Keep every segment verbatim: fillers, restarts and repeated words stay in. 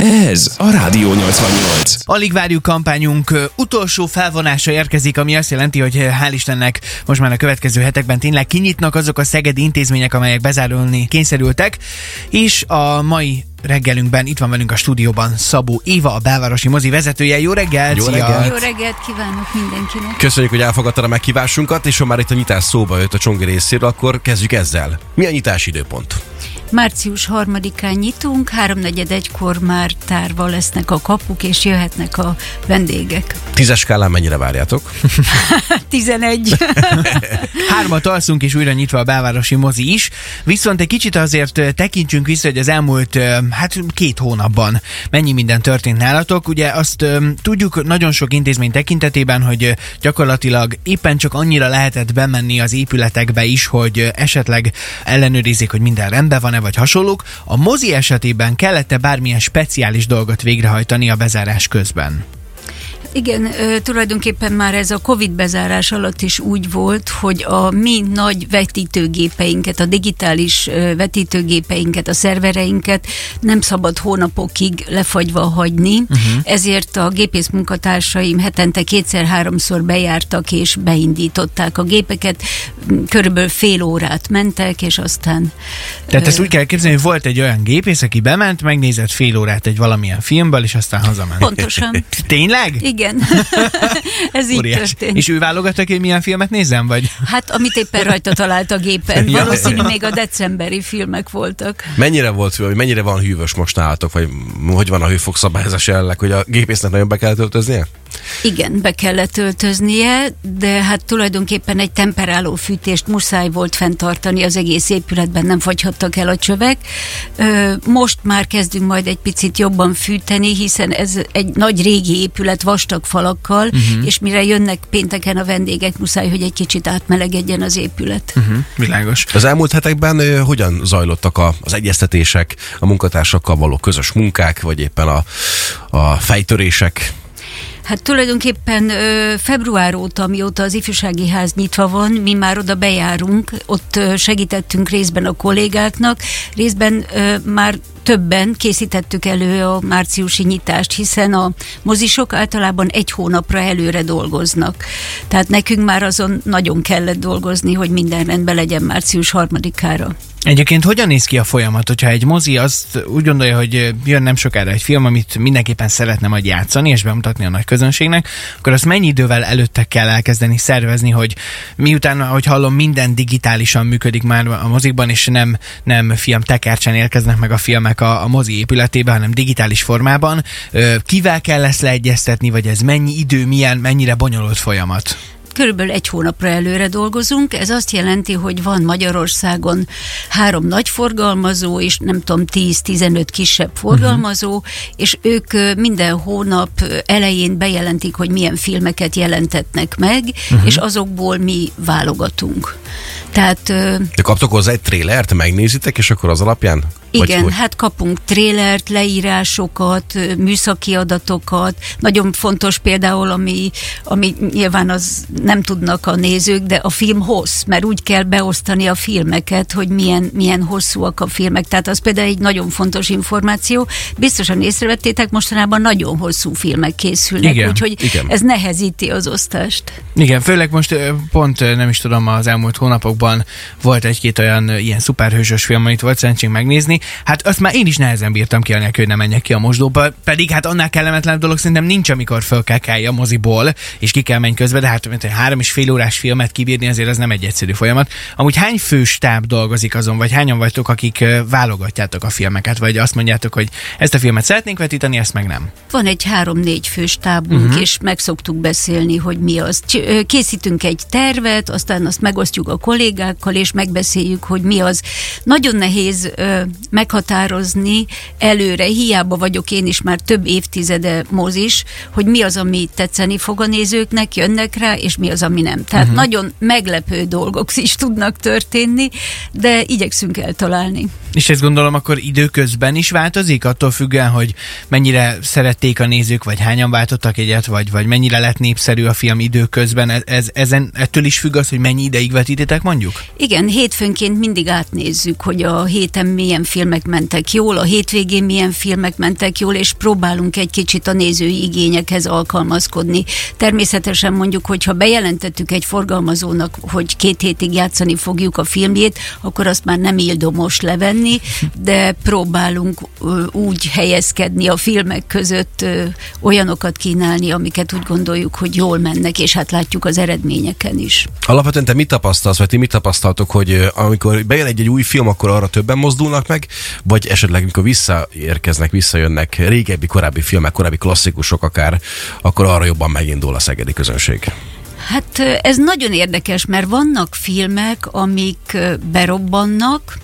Ez a Rádió nyolcvannyolc. Alig várjuk kampányunk utolsó felvonása érkezik, ami azt jelenti, hogy hál' Istennek most már a következő hetekben tényleg kinyitnak azok a szegedi intézmények, amelyek bezárulni kényszerültek, és a mai reggelünkben itt van velünk a stúdióban Szabó Éva, a belvárosi mozi vezetője. Jó reggelt! Jó szia! reggelt! Jó reggelt kívánok mindenkinek! Köszönjük, hogy elfogadtad a meghívásunkat, és ha már itt a nyitás szóba jött a Csongi részéről, akkor kezdjük ezzel. Mi a nyitási időpont? Március harmadikán nyitunk, háromnegyed egykor már tárva lesznek a kapuk, és jöhetnek a vendégek. Tízes skálán mennyire várjátok? tizenegy. Hármat alszunk, és újra nyitva a belvárosi mozi is. Viszont egy kicsit azért tekintsünk vissza, hogy az elmúlt hát két hónapban mennyi minden történt nálatok. Ugye azt tudjuk nagyon sok intézmény tekintetében, hogy gyakorlatilag éppen csak annyira lehetett bemenni az épületekbe is, hogy esetleg ellenőrizzék, hogy minden rendben van-e, vagy hasonlók. A mozi esetében kellett-e bármilyen speciális dolgot végrehajtani a bezárás közben? Igen, tulajdonképpen már ez a Covid bezárás alatt is úgy volt, hogy a mi nagy vetítőgépeinket, a digitális vetítőgépeinket, a szervereinket nem szabad hónapokig lefagyva hagyni, uh-huh. ezért a gépész munkatársaim hetente kétszer-háromszor bejártak és beindították a gépeket, körülbelül fél órát mentek, és aztán... Tehát ezt úgy kell képzelni, hogy volt egy olyan gépész, aki bement, megnézett fél órát egy valamilyen filmből, és aztán hazament. Pontosan. Tényleg? Igen. Ez így Óriás. történt. És ő válogatta ki, hogy milyen filmet nézzem, vagy? Hát, amit éppen rajta talált a gépen. Valószínű még a decemberi filmek voltak. Mennyire volt, vagy mennyire van hűvös most nálatok, vagy hogy van a hőfokszabályozás jelenleg, hogy a gépésznek nagyon be kell töltöznie? Igen, be kellett töltöznie, de hát tulajdonképpen egy temperáló fűtést muszáj volt fenntartani az egész épületben, nem fagyhattak el a csövek. Most már kezdünk majd egy picit jobban fűteni, hiszen ez egy nagy régi épület vastag falakkal, uh-huh. és mire jönnek pénteken a vendégek, muszáj, hogy egy kicsit átmelegedjen az épület. Uh-huh. Világos. Az elmúlt hetekben ö, hogyan zajlottak a, az egyeztetések, a munkatársakkal való közös munkák, vagy éppen a, a fejtörések? Hát tulajdonképpen ö, február óta, amióta az ifjúsági ház nyitva van, mi már oda bejárunk, ott ö, segítettünk részben a kollégáknak, részben ö, már többen készítettük elő a márciusi nyitást, hiszen a mozisok általában egy hónapra előre dolgoznak. Tehát nekünk már azon nagyon kellett dolgozni, hogy minden rendben legyen március harmadikára. Egyébként hogyan néz ki a folyamat, hogyha egy mozi azt úgy gondolja, hogy jön nem sokára egy film, amit mindenképpen szeretne majd játszani és bemutatni a nagy közönségnek, akkor azt mennyi idővel előtte kell elkezdeni szervezni, hogy miután, ahogy hallom, minden digitálisan működik már a mozikban, és nem, nem filmtekercsen érkeznek meg a filmek a, a mozi épületébe, hanem digitális formában. Kivel kell ezt leegyeztetni, vagy ez mennyi idő, milyen, mennyire bonyolult folyamat? Körülbelül egy hónapra előre dolgozunk. Ez azt jelenti, hogy van Magyarországon három nagy forgalmazó, és nem tudom, tíz-tizenöt kisebb forgalmazó, uh-huh. és ők minden hónap elején bejelentik, hogy milyen filmeket jelentetnek meg, uh-huh. és azokból mi válogatunk. Tehát... De kaptok hozzá egy trélert, megnézitek, és akkor az alapján? Igen, vagy, hát kapunk trélert, leírásokat, műszaki adatokat. Nagyon fontos például, ami, ami nyilván az nem tudnak a nézők, de a film hossz, mert úgy kell beosztani a filmeket, hogy milyen, milyen hosszúak a filmek. Tehát az például egy nagyon fontos információ. Biztosan észrevettétek, mostanában nagyon hosszú filmek készülnek, úgyhogy igen. ez nehezíti az osztást. Igen, főleg most pont nem is tudom, az elmúlt hónapokban volt egy-két olyan ilyen szuperhősös film, amit volt szerencsénk megnézni. Hát azt már én is nehezen bírtam ki, anélkül, hogy ne menjek ki a mosdóba, pedig hát annál kellemetlenebb dolog szerintem nincs, amikor föl kell kelj a moziból, és ki kell menj közben, de hát mint egy három és fél órás filmet kibírni, azért az nem egy egyszerű folyamat. Amúgy hány főstáb dolgozik azon, vagy hányan vagytok, akik válogatjátok a filmeket, vagy azt mondjátok, hogy ezt a filmet szeretnénk vetíteni, ezt meg nem? Van egy három-négy főstábunk, uh-huh. és meg szoktuk beszélni, hogy mi az. Készítünk egy tervet, aztán azt megosztjuk a kollégákkal, és megbeszéljük, hogy mi az. Nagyon nehéz ö, meghatározni előre, hiába vagyok én is már több évtizede mozis, hogy mi az, ami tetszeni fog a nézőknek, jönnek rá, és mi az, ami nem. Tehát uh-huh. nagyon meglepő dolgok is tudnak történni, de igyekszünk eltalálni. És ezt gondolom akkor időközben is változik, attól függően, hogy mennyire szerették a nézők, vagy hányan váltottak egyet, vagy, vagy mennyire lett népszerű a film időközben. Ez, ezen, ettől is függ az, hogy mennyi ideig vetítitek mondjuk? Igen, hétfőnként mindig átnézzük, hogy a héten milyen filmek mentek jól, a hétvégén milyen filmek mentek jól, és próbálunk egy kicsit a nézői igényekhez alkalmazkodni. Természetesen mondjuk, hogyha bejelentettük egy forgalmazónak, hogy két hétig játszani fogjuk a filmjét, akkor azt már nem ildomos levenni, de próbálunk úgy helyezkedni a filmek között, olyanokat kínálni, amiket úgy gondoljuk, hogy jól mennek, és hát látjuk az eredményeken is. Alapvetően te mit tapasztalsz, vagy ti mit tapasztaltok, hogy amikor bejön egy, egy új film, akkor arra többen mozdulnak meg, vagy esetleg amikor visszaérkeznek, visszajönnek régebbi, korábbi filmek, korábbi klasszikusok akár, akkor arra jobban megindul a szegedi közönség? Hát ez nagyon érdekes, mert vannak filmek, amik berobbannak,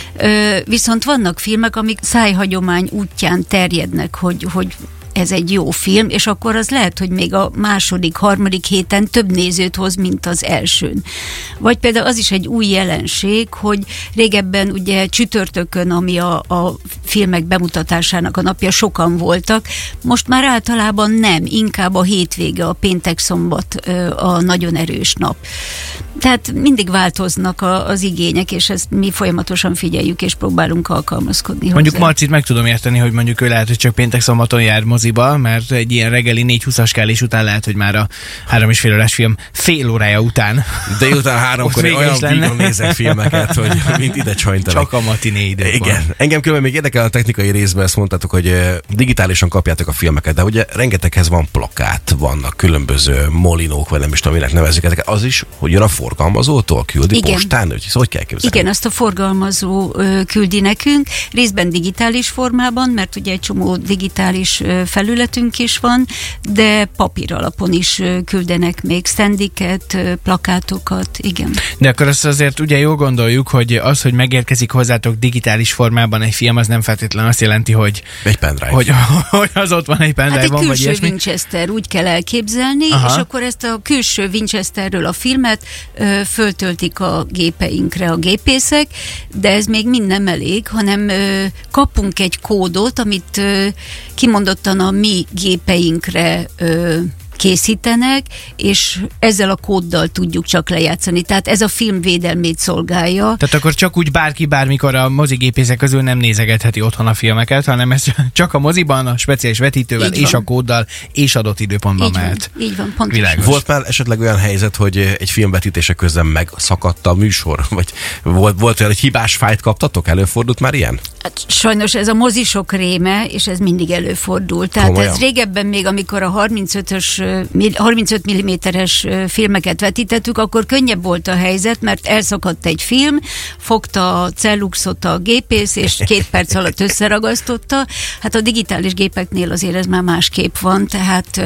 viszont vannak filmek, amik szájhagyomány útján terjednek, hogy, hogy ez egy jó film, és akkor az lehet, hogy még a második, harmadik héten több nézőt hoz, mint az elsőn. Vagy például az is egy új jelenség, hogy régebben ugye csütörtökön, ami a, a filmek bemutatásának a napja, sokan voltak, most már általában nem, inkább a hétvége, a péntek-szombat a nagyon erős nap. Tehát mindig változnak a, az igények, és ezt mi folyamatosan figyeljük, és próbálunk alkalmazkodni. Mondjuk hozzá. Marcit meg tudom érteni, hogy mondjuk ő lehet, hogy csak péntek-szombaton jár moziba, mert egy ilyen reggeli négy húszas kellés után lehet, hogy már a három és fél órás film fél órája után. De utána háromkor olyan vígan nézek filmeket, hogy mint ide csajntelek. Csak a matiné időben. Igen. Engem különben még érdekel a technikai részben, ezt mondtátok, hogy digitálisan kapjátok a filmeket, de ugye rengeteghez van plakát, vannak különböző molinók, vagy nem is tudom, minek nevezzük ezeket. Az is, hogy jön a forgalmazótól, küldi Igen. postán, hogy hogy kell képzelni? Igen, azt a forgalmazó ö, küldi nekünk, részben digitális formában, mert ugye egy csomó digitális ö, felületünk is van, de papír alapon is ö, küldenek még standiket, ö, plakátokat, igen. De akkor azt azért ugye jól gondoljuk, hogy az, hogy megérkezik hozzátok digitális formában egy film, az nem feltétlenül azt jelenti, hogy egy pendrive. Hogy, hogy az ott van egy pendrive, hát egy van, vagy külső ilyesmi. Winchester, úgy kell elképzelni, Aha. és akkor ezt a külső Winchesterről a filmet ö, föltöltik a gépeinkre a gépészek, de ez még mind nem elég, hanem ö, kapunk egy kódot, amit ö, kimondottan a mi gépeinkre ö, készítenek, és ezzel a kóddal tudjuk csak lejátszani. Tehát ez a film védelmét szolgálja. Tehát akkor csak úgy bárki bármikor a mozigépészek közül nem nézegetheti otthon a filmeket, hanem ez csak a moziban, a speciális vetítővel és a kóddal és adott időpontban így mehet. Van, így van, pontosan. Világos. Volt már esetleg olyan helyzet, hogy egy filmvetítése közben megszakadt a műsor? Vagy volt, volt olyan, hogy hibás fájt kaptatok? Előfordult már ilyen? Hát sajnos ez a mozisok réme, és ez mindig előfordul. Tehát Komolyan? ez régebben még, amikor a harmincötös, harmincöt milliméteres filmeket vetítettük, akkor könnyebb volt a helyzet, mert elszakadt egy film, fogta a celluxot a gépész, és két perc alatt összeragasztotta. Hát a digitális gépeknél azért ez már másképp van, tehát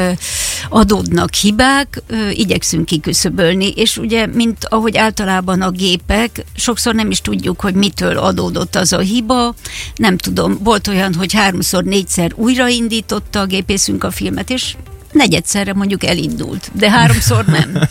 adódnak hibák, igyekszünk kiküszöbölni, és ugye, mint ahogy általában a gépek, sokszor nem is tudjuk, hogy mitől adódott az a hiba. Nem tudom, volt olyan, hogy háromszor, négyszer újraindította a gépészünk a filmet, és negyedszerre mondjuk elindult, de háromszor nem.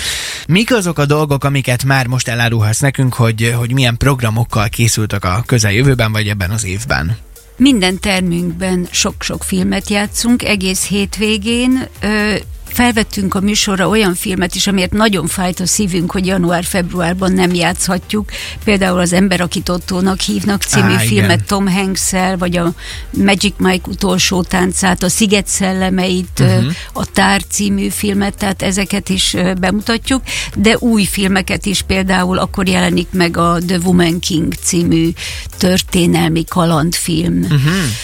Mik azok a dolgok, amiket már most elárulhatsz nekünk, hogy, hogy milyen programokkal készültek a közeljövőben, vagy ebben az évben? Minden termünkben sok-sok filmet játszunk, egész hétvégén. Ö, felvettünk a műsorra olyan filmet is, amiért nagyon fájt a szívünk, hogy január-februárban nem játszhatjuk. Például az Ember, akit Ottónak hívnak című Á, filmet igen. Tom Hanks-szel, vagy a Magic Mike utolsó táncát, a Sziget szellemeit, uh-huh. a Tár című filmet, tehát ezeket is bemutatjuk, de új filmeket is, például akkor jelenik meg a The Woman King című történelmi kalandfilm. Uh-huh.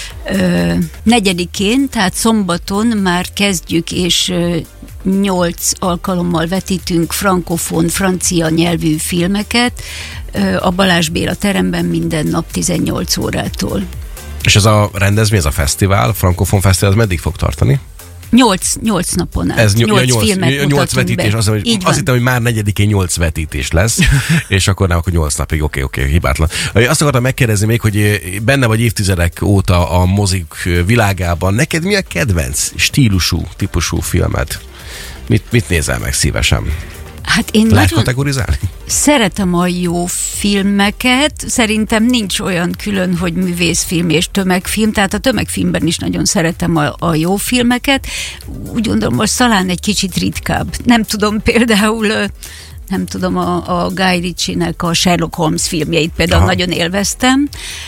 Ö, negyedikén, tehát szombaton már kezdjük, és nyolc alkalommal vetítünk frankofon, francia nyelvű filmeket a Balázs Béla teremben minden nap tizennyolc órától. És ez a rendezvény, ez a fesztivál, Frankofon Fesztivál, ez meddig fog tartani? Nyolc, nyolc napon át. Ez ny- nyolc, nyolc filmet nyolc mutatunk vetítés, be. azt, hogy, azt hittem, hogy már negyedikén nyolc vetítés lesz, és akkor nem, akkor nyolc napig, oké, okay, oké, okay, hibátlan. Azt akartam megkérdezni még, hogy benne vagy évtizedek óta a mozik világában, neked mi a kedvenc stílusú, típusú filmed? Mit, mit nézel meg szívesen? Hát én Lehet nagyon kategorizálni? szeretem a jó filmeket, szerintem nincs olyan külön, hogy művészfilm és tömegfilm, tehát a tömegfilmben is nagyon szeretem a, a jó filmeket. Úgy gondolom, most talán egy kicsit ritkább. Nem tudom, például nem tudom, a, a Guy Ritchie-nek a Sherlock Holmes filmjeit például Aha. nagyon élveztem,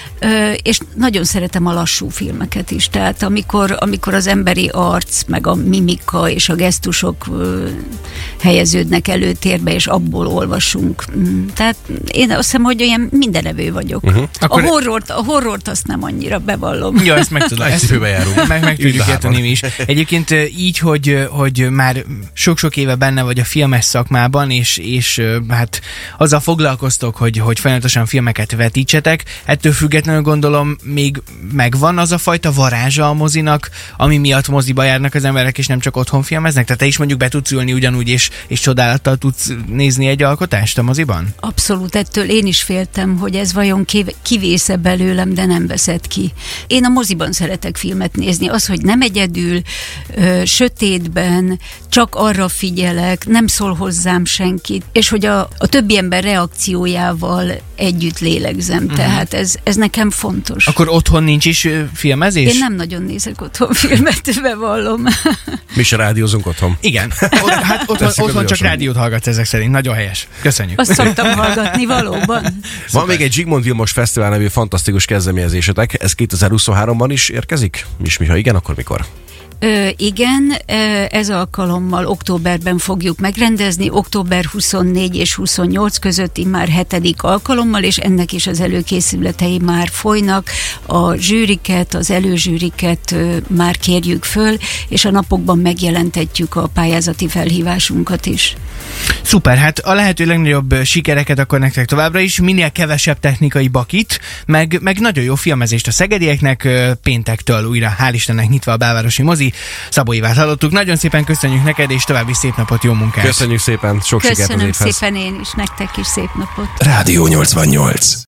és nagyon szeretem a lassú filmeket is. Tehát amikor, amikor az emberi arc, meg a mimika és a gesztusok helyeződnek előtérbe, és abból olvasunk. Tehát én azt hiszem, hogy olyan mindenevő vagyok. Uh-huh. A, horrort, a horrort azt nem annyira bevallom. Ja, ezt meg tudom. Ezt járunk. Meg, meg tudjuk érteni mi is. Egyébként így, hogy, hogy már sok-sok éve benne vagy a filmes szakmában, és, és hát azzal foglalkoztok, hogy, hogy folyamatosan filmeket vetítsetek, ettől függetlenül gondolom még megvan az a fajta varázsa a mozinak, ami miatt moziba járnak az emberek, és nem csak otthon filmeznek? Tehát te is mondjuk be tudsz ülni ugyanúgy, és, és csodálattal tudsz nézni egy alkotást a moziban? Abszolút, ettől én is féltem, hogy ez vajon kivésze belőlem, de nem veszed ki. Én a moziban szeretek filmet nézni. Az, hogy nem egyedül, ö, sötétben, csak arra figyelek, nem szól hozzám senkit, és hogy a, a többi ember reakciójával együtt lélegzem. Uh-huh. Tehát ez, ez nekem fontos. Akkor otthon nincs is filmezés? Én nem nagyon nézek otthon filmet, bevallom. Mi se rádiózunk otthon. Igen. Ott, hát otthon, otthon csak rádiót hallgatsz ezek szerint. Nagyon helyes. Köszönjük. Azt szoktam hallgatni valóban. Van Szuper. Még egy Zsigmond Vilmos Fesztivál nevű fantasztikus kezdeményezésetek. Ez kétezer-huszonháromban is érkezik? És mi, ha igen, akkor mikor? Ö, igen, ez alkalommal októberben fogjuk megrendezni, október huszonnégy és huszonnyolc közötti már hetedik alkalommal, és ennek is az előkészületei már folynak. A zsűriket, az előzsűriket már kérjük föl, és a napokban megjelentetjük a pályázati felhívásunkat is. Szuper, hát a lehető legnagyobb sikereket akkor nektek továbbra is, minél kevesebb technikai bakit, meg, meg nagyon jó filmezést a szegedieknek, péntektől újra, hál' Istennek nyitva a Belvárosi mozi. Szabó Ivát hallottuk. Nagyon szépen köszönjük neked, és további szép napot, jó munkát! Köszönjük szépen, sok sikert az évhez! Köszönöm szépen én is, nektek is szép napot! Rádió nyolcvannyolc.